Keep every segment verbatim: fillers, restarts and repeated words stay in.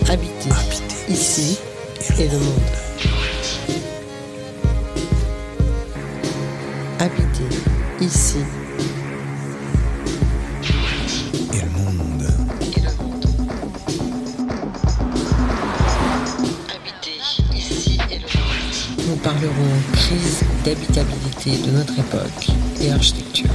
Habiter, Habiter ici et le monde. Habiter ici et le monde. Et le monde. Habiter ici et le monde. Nous parlerons crise d'habitabilité de notre époque et architecture.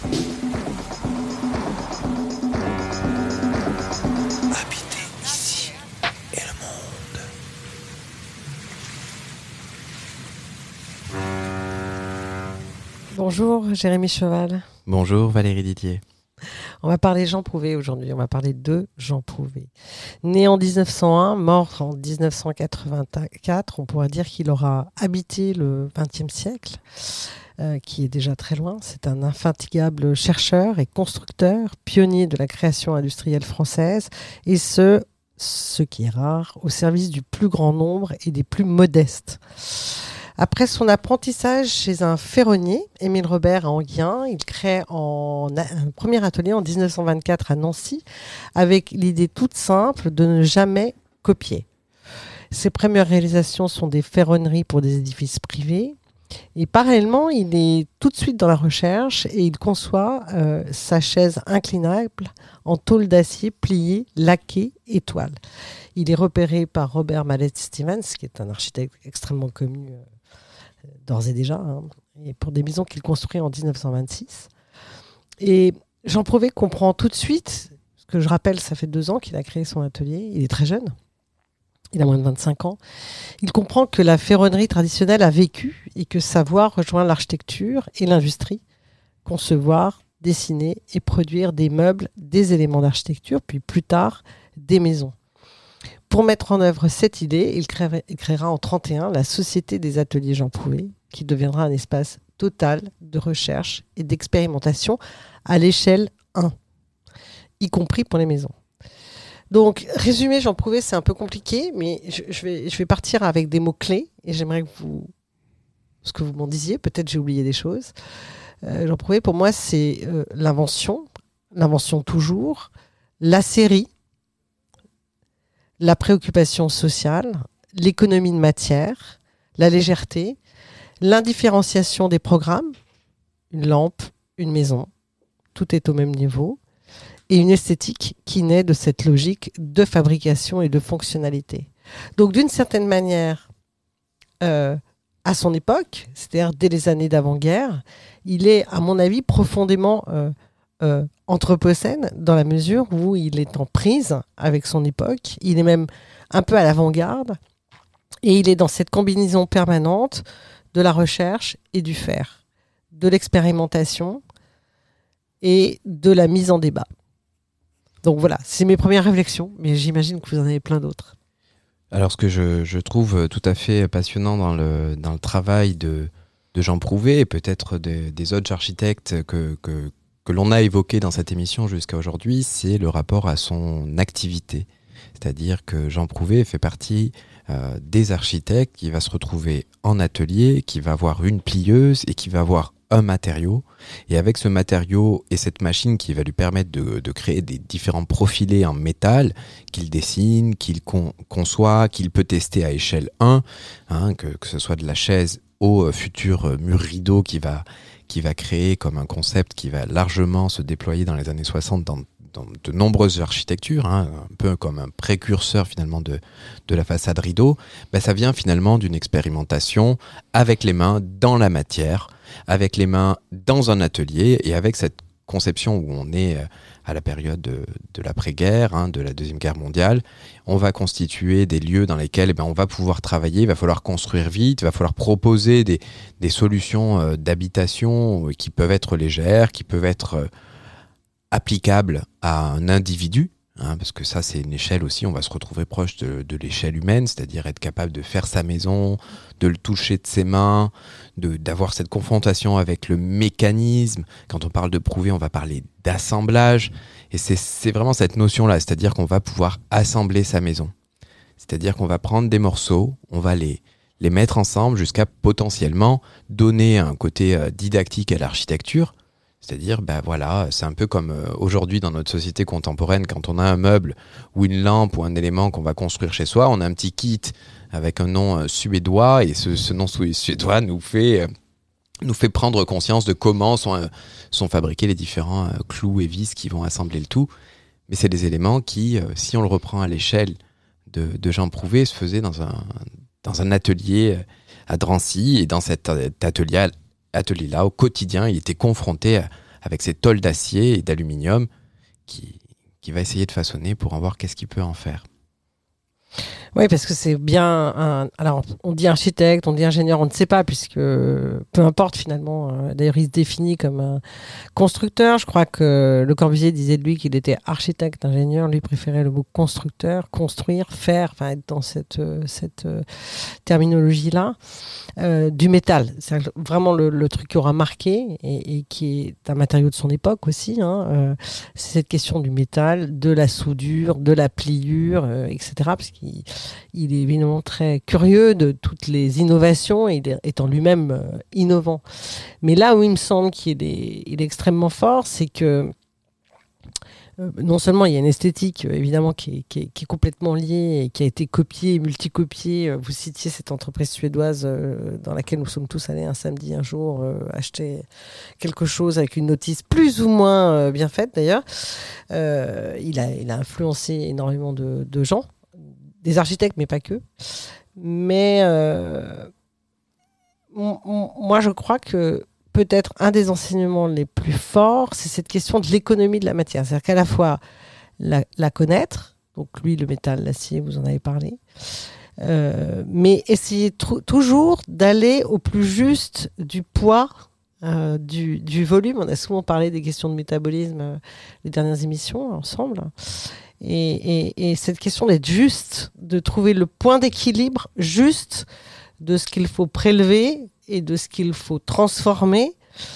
Bonjour Jérémy Cheval. Bonjour Valérie Didier. On va parler Jean Prouvé aujourd'hui, on va parler de Jean Prouvé. Né en dix-neuf cent un, mort en dix-neuf cent quatre-vingt-quatre, on pourrait dire qu'il aura habité le vingtième siècle, euh, qui est déjà très loin. C'est un infatigable chercheur et constructeur, pionnier de la création industrielle française, et ce, ce qui est rare, au service du plus grand nombre et des plus modestes. Après son apprentissage chez un ferronnier, Émile Robert à Enghien, il crée en, un premier atelier en dix-neuf cent vingt-quatre à Nancy avec l'idée toute simple de ne jamais copier. Ses premières réalisations sont des ferronneries pour des édifices privés. Et parallèlement, il est tout de suite dans la recherche et il conçoit euh, sa chaise inclinable en tôle d'acier pliée, laquée et toile. Il est repéré par Robert Mallet Stevens, qui est un architecte extrêmement connu euh, d'ores et déjà, hein, et pour des maisons qu'il construit en dix-neuf cent vingt-six. Et Jean Prouvé comprend tout de suite, ce que je rappelle, ça fait deux ans qu'il a créé son atelier, il est très jeune, il a moins de vingt-cinq ans, il comprend que la ferronnerie traditionnelle a vécu et que sa voie rejoint l'architecture et l'industrie, concevoir, dessiner et produire des meubles, des éléments d'architecture, puis plus tard, des maisons. Pour mettre en œuvre cette idée, il créera, il créera en trente et un la Société des ateliers Jean Prouvé, qui deviendra un espace total de recherche et d'expérimentation à l'échelle un, y compris pour les maisons. Donc, résumer Jean Prouvé, c'est un peu compliqué, mais je, je, vais, je vais partir avec des mots-clés et j'aimerais que vous, ce que vous m'en disiez, peut-être j'ai oublié des choses. Euh, Jean Prouvé, pour moi, c'est euh, l'invention, l'invention toujours, la série, la préoccupation sociale, l'économie de matière, la légèreté, l'indifférenciation des programmes, une lampe, une maison, tout est au même niveau, et une esthétique qui naît de cette logique de fabrication et de fonctionnalité. Donc d'une certaine manière, euh, à son époque, c'est-à-dire dès les années d'avant-guerre, il est, à mon avis, profondément euh, euh, anthropocène dans la mesure où il est en prise avec son époque, il est même un peu à l'avant-garde et il est dans cette combinaison permanente de la recherche et du faire, de l'expérimentation et de la mise en débat. Donc voilà, c'est mes premières réflexions, mais j'imagine que vous en avez plein d'autres. Alors ce que je, je trouve tout à fait passionnant dans le, dans le travail de, de Jean Prouvé et peut-être de, des autres architectes que, que que l'on a évoqué dans cette émission jusqu'à aujourd'hui, c'est le rapport à son activité. C'est-à-dire que Jean Prouvé fait partie euh, des architectes qui va se retrouver en atelier, qui va avoir une plieuse et qui va avoir un matériau. Et avec ce matériau et cette machine qui va lui permettre de, de créer des différents profilés en métal qu'il dessine, qu'il con, conçoit, qu'il peut tester à échelle un, hein, que, que ce soit de la chaise au futur mur rideau qui va qui va créer comme un concept qui va largement se déployer dans les années soixante dans, dans de nombreuses architectures, hein, un peu comme un précurseur finalement de, de la façade rideau, ben ça vient finalement d'une expérimentation avec les mains dans la matière, avec les mains dans un atelier et avec cette conception où on est à la période de, de l'après-guerre, hein, de la Deuxième Guerre mondiale. On va constituer des lieux dans lesquels eh ben, on va pouvoir travailler, il va falloir construire vite, il va falloir proposer des, des solutions euh, d'habitation qui peuvent être légères, qui peuvent être euh, applicables à un individu, hein, parce que ça c'est une échelle aussi, on va se retrouver proche de, de l'échelle humaine, c'est-à-dire être capable de faire sa maison, de le toucher de ses mains, de, d'avoir cette confrontation avec le mécanisme. Quand on parle de prouver, on va parler d'assemblage, et c'est, c'est vraiment cette notion-là, c'est-à-dire qu'on va pouvoir assembler sa maison. C'est-à-dire qu'on va prendre des morceaux, on va les, les mettre ensemble jusqu'à potentiellement donner un côté euh, didactique à l'architecture, C'est-à-dire, ben voilà, c'est un peu comme euh, aujourd'hui dans notre société contemporaine, quand on a un meuble ou une lampe ou un élément qu'on va construire chez soi, on a un petit kit avec un nom euh, suédois, et ce, ce nom su- suédois nous fait, euh, nous fait prendre conscience de comment sont, euh, sont fabriqués les différents euh, clous et vis qui vont assembler le tout. Mais c'est des éléments qui, euh, si on le reprend à l'échelle de, de Jean Prouvé, se faisaient dans un, dans un atelier à Drancy, et dans cet atelier atelier-là, au quotidien, il était confronté à, avec ces tôles d'acier et d'aluminium qui, qui va essayer de façonner pour en voir qu'est-ce qu'il peut en faire. Oui, parce que c'est bien un... Alors, on dit architecte, on dit ingénieur, on ne sait pas, puisque peu importe finalement. D'ailleurs, il se définit comme un constructeur. Je crois que Le Corbusier disait de lui qu'il était architecte, ingénieur. Lui préférait le mot constructeur, construire, faire, enfin être dans cette, cette terminologie-là. Euh, du métal, c'est vraiment le, le truc qui aura marqué et, et qui est un matériau de son époque aussi. Hein. Euh, c'est cette question du métal, de la soudure, de la pliure, euh, et cetera. Parce qu'il il est évidemment très curieux de toutes les innovations, et il est, étant lui-même euh, innovant. Mais là où il me semble qu'il est, il est extrêmement fort, c'est que Euh, non seulement il y a une esthétique euh, évidemment qui est, qui, est, qui est complètement liée et qui a été copiée, multicopiée. Euh, vous citiez cette entreprise suédoise euh, dans laquelle nous sommes tous allés un samedi un jour euh, acheter quelque chose avec une notice plus ou moins euh, bien faite d'ailleurs. Euh, il, a, il a influencé énormément de, de gens, des architectes mais pas que. Mais euh, m- m- moi je crois que peut-être un des enseignements les plus forts, c'est cette question de l'économie de la matière. C'est-à-dire qu'à la fois la, la connaître, donc lui, le métal, l'acier, vous en avez parlé, euh, mais essayer tr- toujours d'aller au plus juste du poids, euh, du, du volume. On a souvent parlé des questions de métabolisme, euh, les dernières émissions ensemble. Et, et, et cette question d'être juste, de trouver le point d'équilibre juste de ce qu'il faut prélever et de ce qu'il faut transformer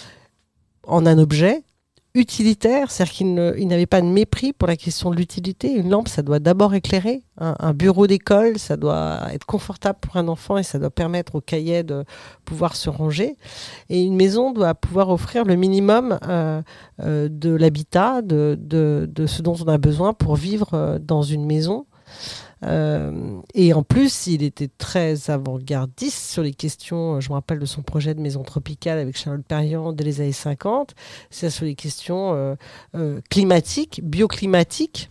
en un objet utilitaire, c'est-à-dire qu'il ne, il n'avait pas de mépris pour la question de l'utilité. Une lampe, ça doit d'abord éclairer. Un, un bureau d'école, ça doit être confortable pour un enfant et ça doit permettre au cahier de pouvoir se ranger. Et une maison doit pouvoir offrir le minimum euh, euh, de l'habitat, de, de, de ce dont on a besoin pour vivre euh, dans une maison. Euh, et en plus, il était très avant-gardiste sur les questions, je me rappelle de son projet de maison tropicale avec Charlotte Perriand dès les années cinquante, c'est sur les questions euh, euh, climatiques, bioclimatiques.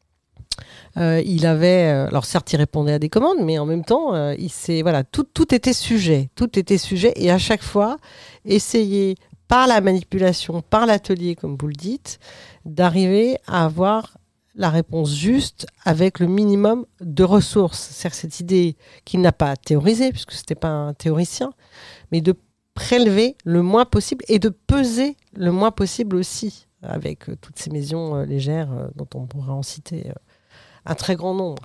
Euh, il avait, euh, alors certes, il répondait à des commandes, mais en même temps, euh, il s'est, voilà, tout, tout était sujet, tout était sujet, et à chaque fois, essayer par la manipulation, par l'atelier, comme vous le dites, d'arriver à avoir la réponse juste avec le minimum de ressources. C'est cette idée qu'il n'a pas théorisée, puisque ce n'était pas un théoricien, mais de prélever le moins possible et de peser le moins possible aussi, avec euh, toutes ces maisons euh, légères euh, dont on pourra en citer euh, un très grand nombre.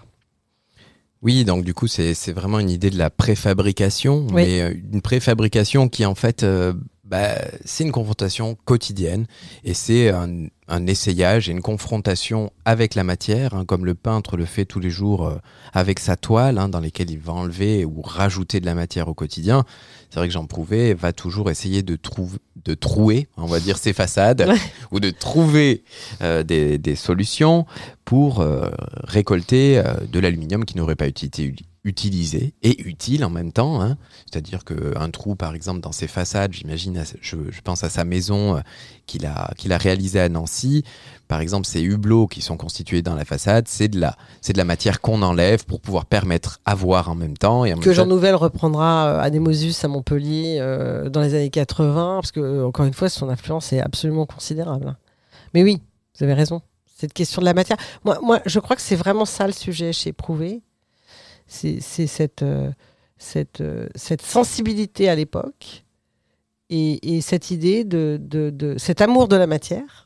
Oui, donc du coup, c'est, c'est vraiment une idée de la préfabrication, Oui. mais euh, une préfabrication qui, en fait, euh, bah, c'est une confrontation quotidienne, et c'est un, un essayage et une confrontation avec la matière, hein, comme le peintre le fait tous les jours euh, avec sa toile, hein, dans lesquelles il va enlever ou rajouter de la matière au quotidien. C'est vrai que Jean Prouvé va toujours essayer de, trouver, de trouer, on va dire, ses façades, ou de trouver euh, des, des solutions pour euh, récolter euh, de l'aluminium qui n'aurait pas été utilisé et utile en même temps, hein. C'est-à-dire qu'un trou, par exemple, dans ses façades, j'imagine, à, je, je pense à sa maison euh, qu'il a, qu'il a réalisée à Nancy, par exemple, ces hublots qui sont constitués dans la façade, c'est de la, c'est de la matière qu'on enlève pour pouvoir permettre à voir en même temps. Et en que même Jean temps... Nouvel reprendra à Nemosus à Montpellier euh, dans les années quatre-vingts, parce que, euh, encore une fois, son influence est absolument considérable. Mais oui, vous avez raison. Cette question de la matière. Moi, moi je crois que c'est vraiment ça le sujet chez Prouvé. C'est, c'est cette, euh, cette, euh, cette sensibilité à l'époque et, et cette idée de, de, de cet amour de la matière,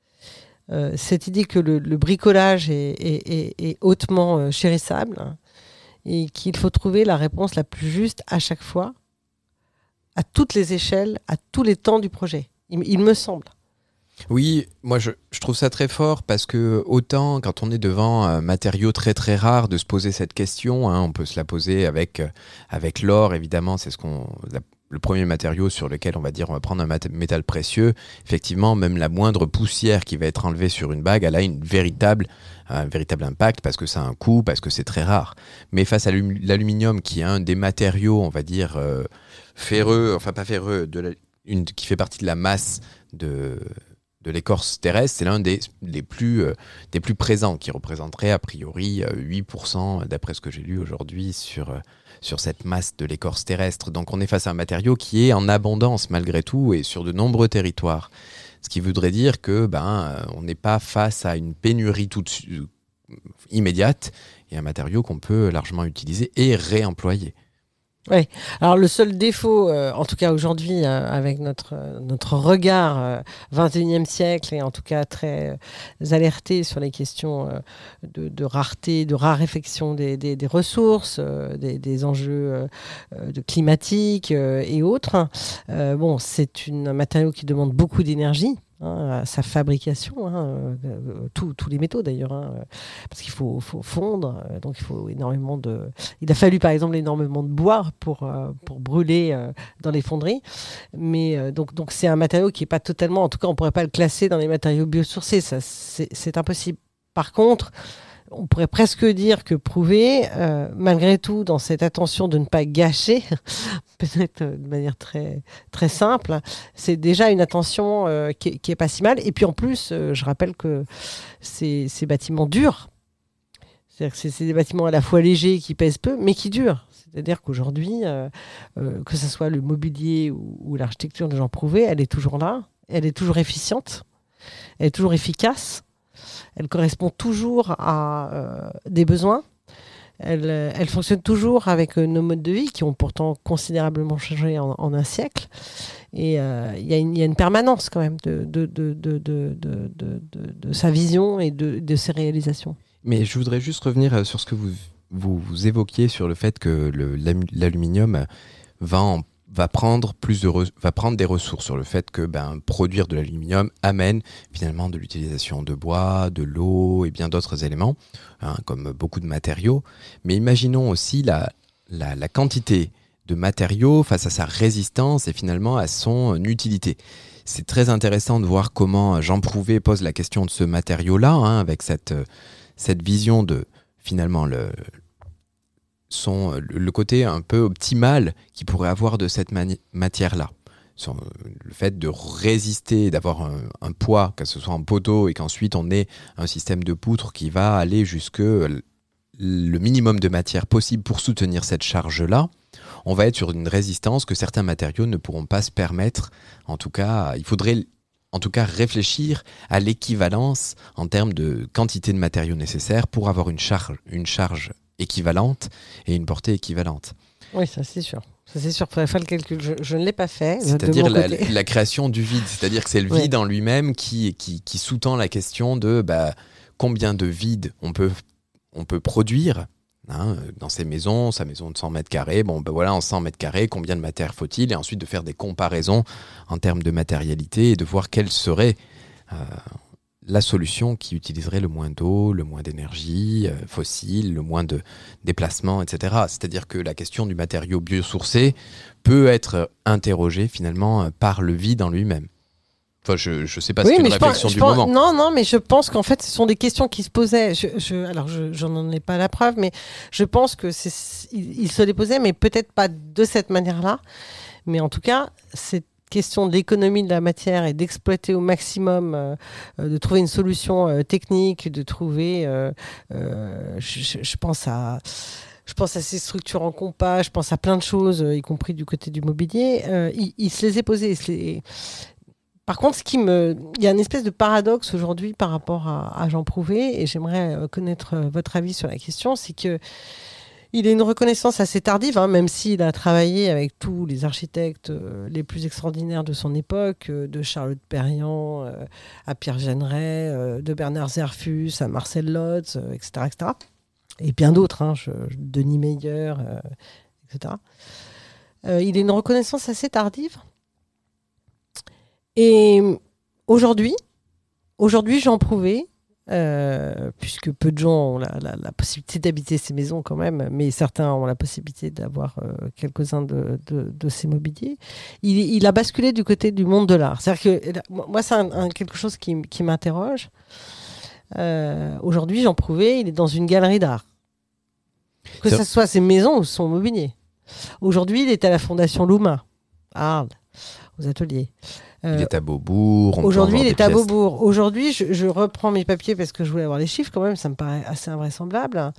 euh, cette idée que le, le bricolage est, est, est, est hautement euh, chérissable, hein, et qu'il faut trouver la réponse la plus juste à chaque fois, à toutes les échelles, à tous les temps du projet. Il, il me semble. Oui, moi je, je trouve ça très fort parce que autant quand on est devant un matériau très très rare de se poser cette question, hein, on peut se la poser avec, euh, avec l'or évidemment, c'est ce qu'on, la, le premier matériau sur lequel on va dire on va prendre un mat- métal précieux, effectivement, même la moindre poussière qui va être enlevée sur une bague, elle a une véritable, un véritable impact parce que ça a un coût, parce que c'est très rare. Mais face à l'alum- l'aluminium, qui est un des matériaux, on va dire, euh, ferreux, enfin pas ferreux, de la- une, qui fait partie de la masse de, de l'écorce terrestre, c'est l'un des, des, plus, euh, des plus présents, qui représenterait a priori euh, huit pour cent, d'après ce que j'ai lu aujourd'hui, sur... Euh, sur cette masse de l'écorce terrestre. Donc on est face à un matériau qui est en abondance malgré tout et sur de nombreux territoires. Ce qui voudrait dire que ben on n'est pas face à une pénurie tout de suite immédiate et un matériau qu'on peut largement utiliser et réemployer. Oui. Alors le seul défaut, euh, en tout cas aujourd'hui, euh, avec notre euh, notre regard euh, vingt et unième siècle et en tout cas très euh, alerté sur les questions euh, de, de rareté, de raréfaction des, des, des ressources, euh, des, des enjeux euh, euh, de climatiques euh, et autres. Euh, bon, c'est une, un matériau qui demande beaucoup d'énergie. Hein, à sa fabrication, hein, euh, euh, tous tous les métaux d'ailleurs, hein, euh, parce qu'il faut, faut fondre, euh, donc il faut énormément de. Il a fallu par exemple énormément de bois pour, euh, pour brûler euh, dans les fonderies, mais euh, donc donc c'est un matériau qui est pas totalement, en tout cas on pourrait pas le classer dans les matériaux biosourcés, ça c'est c'est impossible. Par contre, on pourrait presque dire que prouver, euh, malgré tout, dans cette attention de ne pas gâcher, peut-être de manière très, très simple, c'est déjà une attention euh, qui, est, qui est pas si mal. Et puis en plus, euh, je rappelle que ces, ces bâtiments durent. C'est-à-dire que c'est, c'est des bâtiments à la fois légers qui pèsent peu, mais qui durent. C'est-à-dire qu'aujourd'hui, euh, euh, que ce soit le mobilier ou, ou l'architecture de Jean Prouvé, elle est toujours là, elle est toujours efficiente, elle est toujours efficace. Elle correspond toujours à euh, des besoins. Elle, euh, elle fonctionne toujours avec euh, nos modes de vie qui ont pourtant considérablement changé en, en un siècle. Et il euh, y, y a une permanence quand même de, de, de, de, de, de, de, de, de sa vision et de, de ses réalisations. Mais je voudrais juste revenir sur ce que vous, vous, vous évoquiez sur le fait que le, l'aluminium va en va prendre plus de re- va prendre des ressources, sur le fait que ben, produire de l'aluminium amène finalement de l'utilisation de bois, de l'eau et bien d'autres éléments, hein, comme beaucoup de matériaux. Mais imaginons aussi la, la, la quantité de matériaux face à sa résistance et finalement à son utilité. C'est très intéressant de voir comment Jean Prouvé pose la question de ce matériau-là, hein, avec cette, cette vision de finalement le Son, le côté un peu optimal qu'il pourrait avoir de cette mani- matière-là. Son, le fait de résister, d'avoir un, un poids, que ce soit en poteau, et qu'ensuite on ait un système de poutre qui va aller jusque le minimum de matière possible pour soutenir cette charge-là, on va être sur une résistance que certains matériaux ne pourront pas se permettre. En tout cas, il faudrait en tout cas réfléchir à l'équivalence en termes de quantité de matériaux nécessaires pour avoir une charge, une charge équivalente et une portée équivalente. Oui, ça c'est sûr. Ça c'est sûr, il faudrait faire le calcul. Je, je ne l'ai pas fait. C'est-à-dire la, la création du vide. C'est-à-dire que c'est le vide ouais. en lui-même qui, qui, qui sous-tend la question de bah, combien de vide on peut, on peut produire hein, dans ces maisons, sa maison de cent mètres carrés. Bon, ben voilà, en cent mètres carrés, combien de matière faut-il? Et ensuite de faire des comparaisons en termes de matérialité et de voir quelle serait euh, la solution qui utiliserait le moins d'eau, le moins d'énergie euh, fossile, le moins de déplacement, et cetera. C'est-à-dire que la question du matériau biosourcé peut être interrogée finalement par le vide en lui-même. Enfin, je ne sais pas si oui, c'est une réflexion pense, du pense, moment. Non, non, mais je pense qu'en fait, ce sont des questions qui se posaient. Je, je, alors, je n'en ai pas la preuve, mais je pense que c'est, il, il se les posait, mais peut-être pas de cette manière-là. Mais en tout cas, cette question de l'économie de la matière et d'exploiter au maximum, euh, de trouver une solution euh, technique, de trouver, euh, euh, je, je pense à... Je pense à ces structures en compas, je pense à plein de choses, y compris du côté du mobilier. Euh, il, il se les est posés. Il se les... Par contre, ce qui me... il y a une espèce de paradoxe aujourd'hui par rapport à, à Jean Prouvé, et j'aimerais connaître votre avis sur la question, c'est que il a une reconnaissance assez tardive, hein, même s'il a travaillé avec tous les architectes euh, les plus extraordinaires de son époque, euh, de Charlotte Perriand euh, à Pierre Jeanneret, euh, de Bernard Zerfus à Marcel Lotz, euh, et cetera, et cetera. Et bien d'autres, hein, je, Denis Meyer, euh, et cetera. Euh, il a une reconnaissance assez tardive. Et aujourd'hui, aujourd'hui Jean Prouvé, euh, puisque peu de gens ont la, la, la possibilité d'habiter ces maisons quand même, mais certains ont la possibilité d'avoir euh, quelques-uns de, de, de ces mobiliers. Il, il a basculé du côté du monde de l'art. C'est-à-dire que moi, c'est un, un, quelque chose qui, qui m'interroge. Euh, aujourd'hui, Jean Prouvé, il est dans une galerie d'art. Que ce soit ses maisons ou son mobilier. Aujourd'hui, il est à la Fondation Louma, à Arles, aux ateliers. Euh, il est à Beaubourg. Aujourd'hui, il est à Beaubourg. Aujourd'hui, je, je reprends mes papiers parce que je voulais avoir les chiffres quand même, ça me paraît assez invraisemblable.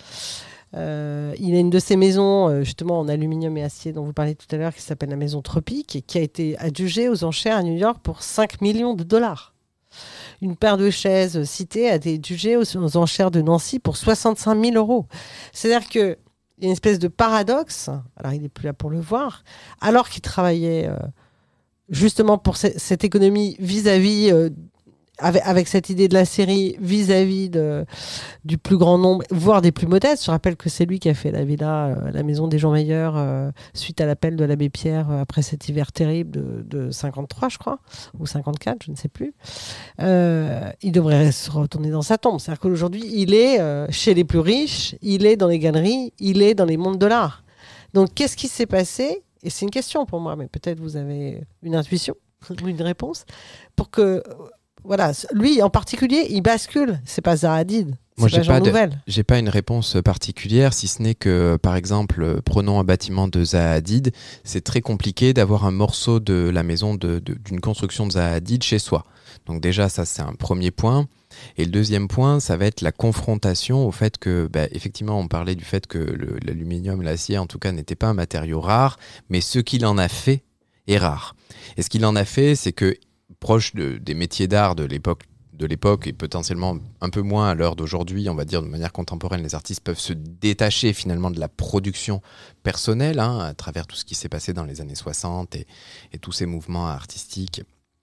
Euh, il a une de ces maisons, justement, en aluminium et acier, dont vous parliez tout à l'heure, qui s'appelle la maison Tropique, et qui a été adjugée aux enchères à New York pour cinq millions de dollars. Une paire de chaises citées a été adjugée aux, aux enchères de Nancy pour soixante-cinq mille euros. C'est-à-dire qu'il y a une espèce de paradoxe, alors il n'est plus là pour le voir, alors qu'il travaillait euh, justement pour c- cette économie vis-à-vis, euh, avec, avec cette idée de la série, vis-à-vis de, du plus grand nombre, voire des plus modestes. Je rappelle que c'est lui qui a fait la villa, euh, la maison des gens meilleurs, euh, suite à l'appel de l'abbé Pierre, euh, après cet hiver terrible de, de cinquante-trois, je crois, ou cinquante-quatre, je ne sais plus. Euh, il devrait se retourner dans sa tombe. C'est-à-dire qu'aujourd'hui, il est euh, chez les plus riches, il est dans les galeries, il est dans les mondes de l'art. Donc, qu'est-ce qui s'est passé ? Et c'est une question pour moi, mais peut-être vous avez une intuition ou une réponse, pour que... Voilà, lui en particulier, il bascule. C'est pas Zaha Hadid. Moi, j'ai pas, de, j'ai pas une réponse particulière, si ce n'est que, par exemple, prenons un bâtiment de Zaha Hadid, c'est très compliqué d'avoir un morceau de la maison de, de, d'une construction de Zaha Hadid chez soi. Donc déjà, ça, c'est un premier point. Et le deuxième point, ça va être la confrontation au fait que, bah, effectivement, on parlait du fait que le, l'aluminium, l'acier, en tout cas, n'était pas un matériau rare, mais ce qu'il en a fait est rare. Et ce qu'il en a fait, c'est que proche de, des métiers d'art de l'époque, de l'époque et potentiellement un peu moins à l'heure d'aujourd'hui, on va dire de manière contemporaine, les artistes peuvent se détacher finalement de la production personnelle, hein, à travers tout ce qui s'est passé dans les années soixante et, et tous ces mouvements artistiques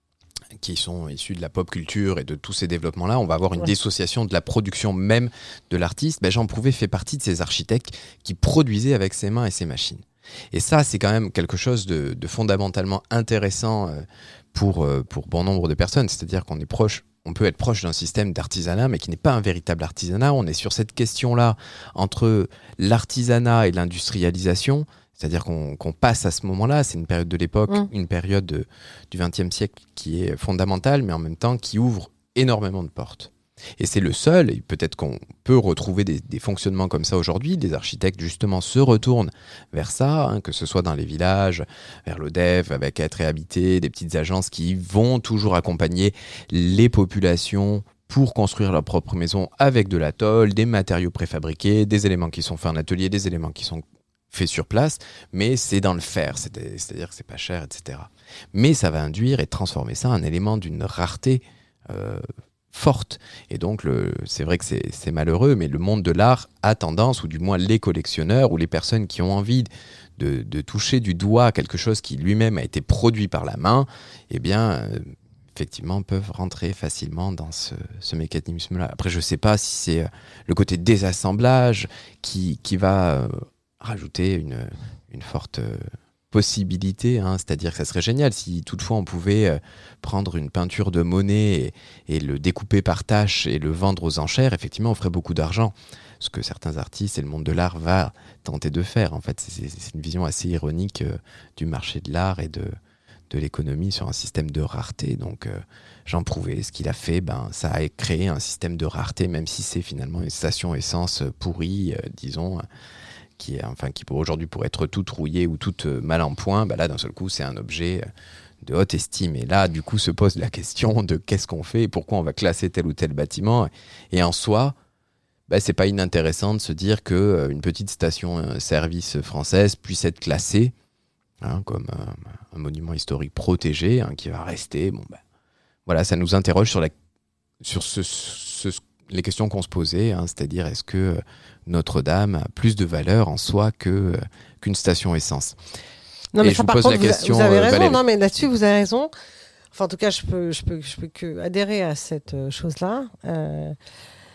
qui sont issus de la pop culture et de tous ces développements-là. On va avoir une ouais. dissociation de la production même de l'artiste. Ben, Jean Prouvé fait partie de ces architectes qui produisaient avec ses mains et ses machines. Et ça, c'est quand même quelque chose de, de fondamentalement intéressant euh, pour, euh, pour bon nombre de personnes. C'est-à-dire qu'on est proche, on peut être proche d'un système d'artisanat, mais qui n'est pas un véritable artisanat. On est sur cette question-là entre l'artisanat et l'industrialisation. C'est-à-dire qu'on, qu'on passe à ce moment-là, c'est une période de l'époque, mmh. une période de, du vingtième siècle qui est fondamentale, mais en même temps qui ouvre énormément de portes. Et c'est le seul, et peut-être qu'on peut retrouver des, des fonctionnements comme ça aujourd'hui, des architectes justement se retournent vers ça, hein, que ce soit dans les villages, vers l'O D E F, avec Être et Habiter, des petites agences qui vont toujours accompagner les populations pour construire leur propre maison avec de la tôle, des matériaux préfabriqués, des éléments qui sont faits en atelier, des éléments qui sont faits sur place, mais c'est dans le faire, c'est, c'est-à-dire que c'est pas cher, et cetera. Mais ça va induire et transformer ça en élément d'une rareté euh, forte. Et donc, le, c'est vrai que c'est, c'est malheureux, mais le monde de l'art a tendance, ou du moins les collectionneurs, ou les personnes qui ont envie de, de toucher du doigt quelque chose qui lui-même a été produit par la main, eh bien, euh, effectivement, peuvent rentrer facilement dans ce, ce mécanisme-là. Après, je ne sais pas si c'est le côté désassemblage qui, qui va euh, rajouter une, une forte... Euh, possibilité, hein, c'est-à-dire que ça serait génial si toutefois on pouvait euh, prendre une peinture de Monet et, et le découper par tâches et le vendre aux enchères. Effectivement, on ferait beaucoup d'argent. Ce que certains artistes et le monde de l'art va tenter de faire. En fait, c'est, c'est une vision assez ironique euh, du marché de l'art et de, de l'économie sur un système de rareté. Donc, euh, Jean Prouvé, ce qu'il a fait, ben, ça a créé un système de rareté, même si c'est finalement une station essence pourrie, euh, disons, qui est, enfin, qui pour aujourd'hui pourrait être toute rouillée ou toute mal en point, bah là d'un seul coup c'est un objet de haute estime. Et là du coup se pose la question de qu'est-ce qu'on fait et pourquoi on va classer tel ou tel bâtiment. Et en soi, bah, c'est pas inintéressant de se dire que euh, une petite station-service française puisse être classée hein, comme un, un monument historique protégé hein, qui va rester. Bon, bah, voilà, ça nous interroge sur, la, sur ce, ce, les questions qu'on se posait, hein, c'est-à-dire est-ce que Notre-Dame a plus de valeur en soi que, euh, qu'une station essence. Non, mais et ça, je vous par pose contre, la question, vous, a, vous avez raison. Valérie. Non, mais là-dessus, vous avez raison. Enfin, en tout cas, je peux, je peux, je peux que adhérer à cette chose-là. Euh,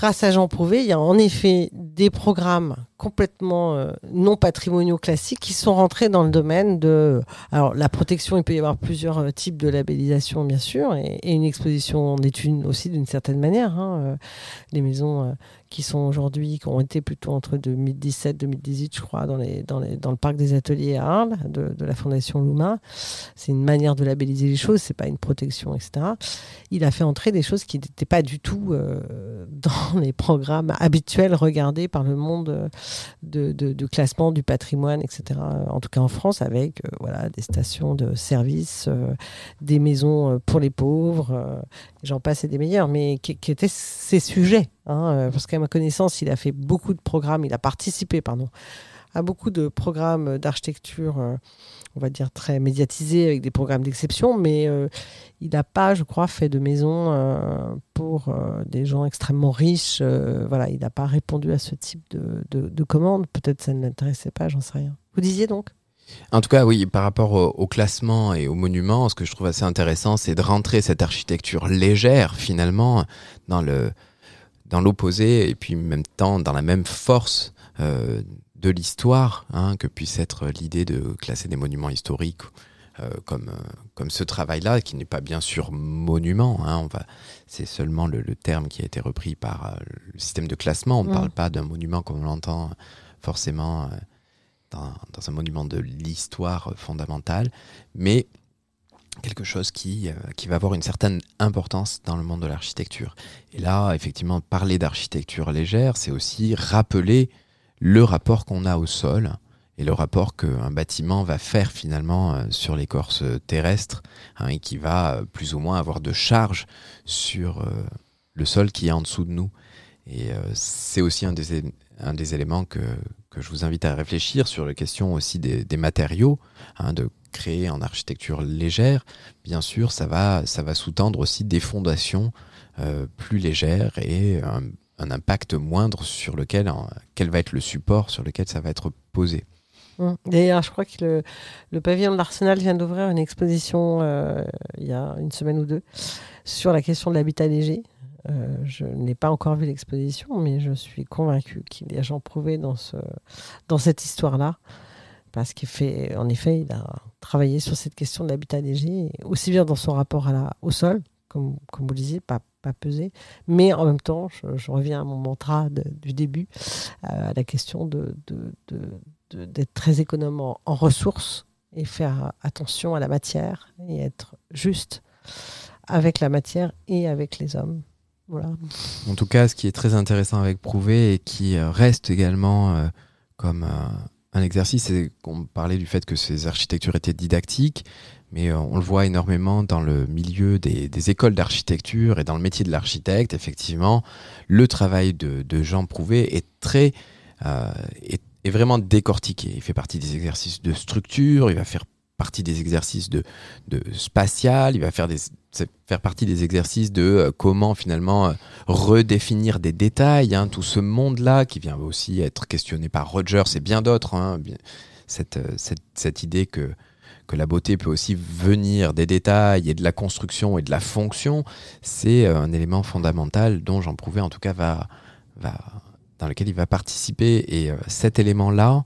grâce à Jean Prouvé, il y a en effet des programmes complètement euh, non patrimoniaux classiques qui sont rentrés dans le domaine de... Alors, la protection, il peut y avoir plusieurs euh, types de labellisation, bien sûr, et, et une exposition en est une aussi, d'une certaine manière. Hein, euh, les maisons euh, qui sont aujourd'hui, qui ont été plutôt entre deux mille dix-sept deux mille dix-huit, je crois, dans, les, dans, les, dans le parc des ateliers à Arles, de, de la Fondation Louma. C'est une manière de labelliser les choses, c'est pas une protection, et cetera. Il a fait entrer des choses qui n'étaient pas du tout euh, dans les programmes habituels regardés par le monde de, de, de classement du patrimoine, et cetera. En tout cas en France, avec euh, voilà, des stations de service, euh, des maisons pour les pauvres, euh, j'en passe et des meilleurs, mais qui, qui étaient ces sujets. Hein, euh, parce qu'à ma connaissance, il a fait beaucoup de programmes, il a participé, pardon, à beaucoup de programmes d'architecture, euh, on va dire très médiatisés, avec des programmes d'exception, mais euh, il n'a pas, je crois, fait de maison euh, pour euh, des gens extrêmement riches. Euh, voilà, il n'a pas répondu à ce type de, de, de commande. Peut-être ça ne l'intéressait pas, j'en sais rien. Vous disiez donc ? En tout cas, oui, par rapport au, au classement et aux monuments, ce que je trouve assez intéressant, c'est de rentrer cette architecture légère, finalement, dans le, dans l'opposé, et puis en même temps, dans la même force euh, de l'histoire, hein, que puisse être l'idée de classer des monuments historiques euh, comme, euh, comme ce travail-là, qui n'est pas bien sûr monument. Hein, on va, c'est seulement le, le terme qui a été repris par euh, le système de classement. On ne mmh. parle pas d'un monument comme on l'entend forcément euh, dans, dans un monument de l'histoire fondamentale, mais quelque chose qui, euh, qui va avoir une certaine importance dans le monde de l'architecture. Et là, effectivement, parler d'architecture légère, c'est aussi rappeler le rapport qu'on a au sol et le rapport qu'un bâtiment va faire finalement euh, sur l'écorce terrestre, hein, et qui va euh, plus ou moins avoir de charge sur euh, le sol qui est en dessous de nous. Et euh, c'est aussi un des, un des éléments que, que je vous invite à réfléchir sur la question aussi des, des matériaux, hein, de créer en architecture légère. Bien sûr, ça va, ça va sous-tendre aussi des fondations euh, plus légères et un un impact moindre sur lequel, hein, quel va être le support sur lequel ça va être posé. D'ailleurs, je crois que le, le pavillon de l'Arsenal vient d'ouvrir une exposition euh, il y a une semaine ou deux sur la question de l'habitat léger. Euh, je n'ai pas encore vu l'exposition, mais je suis convaincue qu'il y a Jean Prouvé dans, ce, dans cette histoire-là, parce qu'en fait, en effet, il a travaillé sur cette question de l'habitat léger, aussi bien dans son rapport à la, au sol, comme, comme vous le disiez, pas pas peser, mais en même temps, je, je reviens à mon mantra de, du début, euh, à la question de, de, de, de, d'être très économe en, en ressources et faire attention à la matière et être juste avec la matière et avec les hommes. Voilà. En tout cas, ce qui est très intéressant avec Prouvé et qui reste également euh, comme euh, un exercice, c'est qu'on parlait du fait que ces architectures étaient didactiques, mais on le voit énormément dans le milieu des, des écoles d'architecture et dans le métier de l'architecte. Effectivement, le travail de, de Jean Prouvé est très, euh, est, est vraiment décortiqué. Il fait partie des exercices de structure, il va faire partie des exercices de, de spatial, il va faire, des, faire partie des exercices de euh, comment finalement euh, redéfinir des détails, hein, tout ce monde-là qui vient aussi être questionné par Rogers et bien d'autres, hein, cette, cette, cette idée que que la beauté peut aussi venir des détails et de la construction et de la fonction, c'est un élément fondamental dont Jean Prouvé en tout cas va, va, dans lequel il va participer. Et euh, cet élément-là,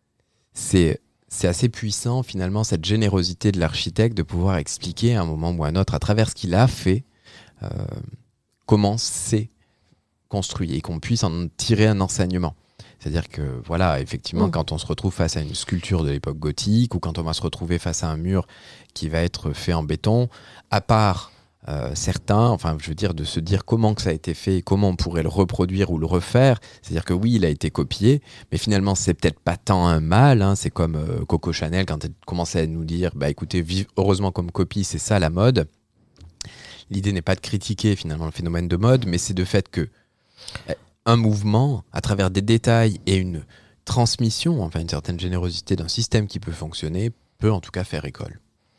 c'est, c'est assez puissant finalement, cette générosité de l'architecte de pouvoir expliquer à un moment ou à un autre, à travers ce qu'il a fait, euh, comment c'est construit et qu'on puisse en tirer un enseignement. C'est-à-dire que, voilà, effectivement, mmh. quand on se retrouve face à une sculpture de l'époque gothique ou quand on va se retrouver face à un mur qui va être fait en béton, à part euh, certains, enfin, je veux dire, de se dire comment que ça a été fait, comment on pourrait le reproduire ou le refaire, c'est-à-dire que oui, il a été copié, mais finalement, c'est peut-être pas tant un mal, hein, c'est comme euh, Coco Chanel, quand elle commençait à nous dire, bah écoutez, vive, heureusement comme copie, c'est ça la mode. L'idée n'est pas de critiquer finalement le phénomène de mode, mais c'est de fait que un mouvement, à travers des détails et une transmission, enfin une certaine générosité d'un système qui peut fonctionner, peut en tout cas faire école.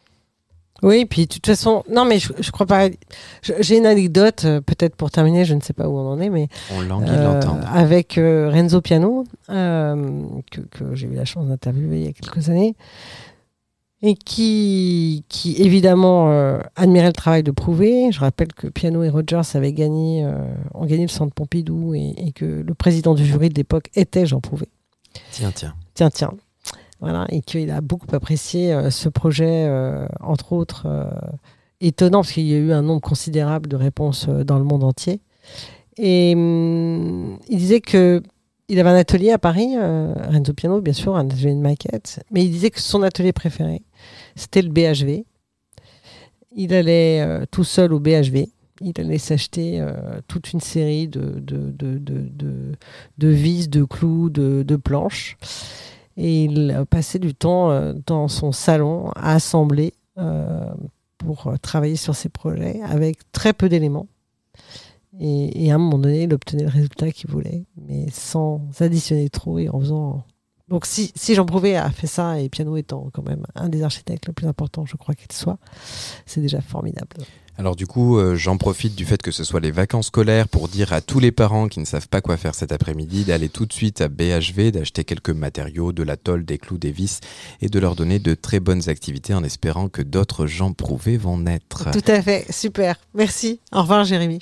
Oui, puis de toute façon, non mais je, je crois pas. Je, j'ai une anecdote, euh, peut-être pour terminer, je ne sais pas où on en est, mais on languit de euh, l'entendre. Avec euh, Renzo Piano, euh, que, que j'ai eu la chance d'interviewer il y a quelques années. et qui, qui évidemment euh, admirait le travail de Prouvé. Je rappelle que Piano et Rogers avaient gagné, euh, ont gagné le Centre Pompidou et, et que le président du jury de l'époque était Jean Prouvé. Tiens, tiens. Tiens, tiens. Voilà, et qu'il a beaucoup apprécié euh, ce projet, euh, entre autres, euh, étonnant, parce qu'il y a eu un nombre considérable de réponses euh, dans le monde entier. Et hum, il disait que il avait un atelier à Paris, euh, Renzo Piano, bien sûr, un atelier de maquette, mais il disait que son atelier préféré, c'était le B H V. Il allait euh, tout seul au B H V. Il allait s'acheter euh, toute une série de, de, de, de, de, de vis, de clous, de, de planches. Et il passait du temps euh, dans son salon à assembler euh, pour euh, travailler sur ses projets avec très peu d'éléments. Et, et à un moment donné, il obtenait le résultat qu'il voulait, mais sans additionner trop et en faisant... Donc si, si Jean Prouvé a fait ça, et Piano étant quand même un des architectes les plus importants, je crois qu'il soit, c'est déjà formidable. Alors du coup, euh, j'en profite du fait que ce soit les vacances scolaires pour dire à tous les parents qui ne savent pas quoi faire cet après-midi d'aller tout de suite à B H V, d'acheter quelques matériaux, de la tôle, des clous, des vis et de leur donner de très bonnes activités en espérant que d'autres Jean Prouvé vont naître. Tout à fait, super. Merci. Au revoir Jérémy.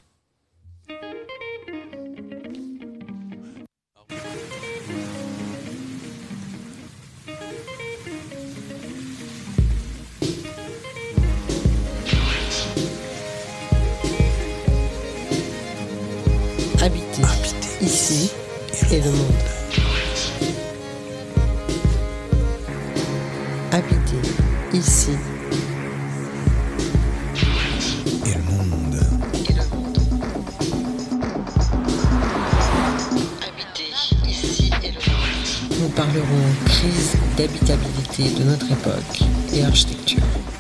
Habiter, Habiter ici et le monde. Habiter ici et le monde. et le monde. Habiter ici et le monde. Nous parlerons crise d'habitabilité de notre époque et architecture.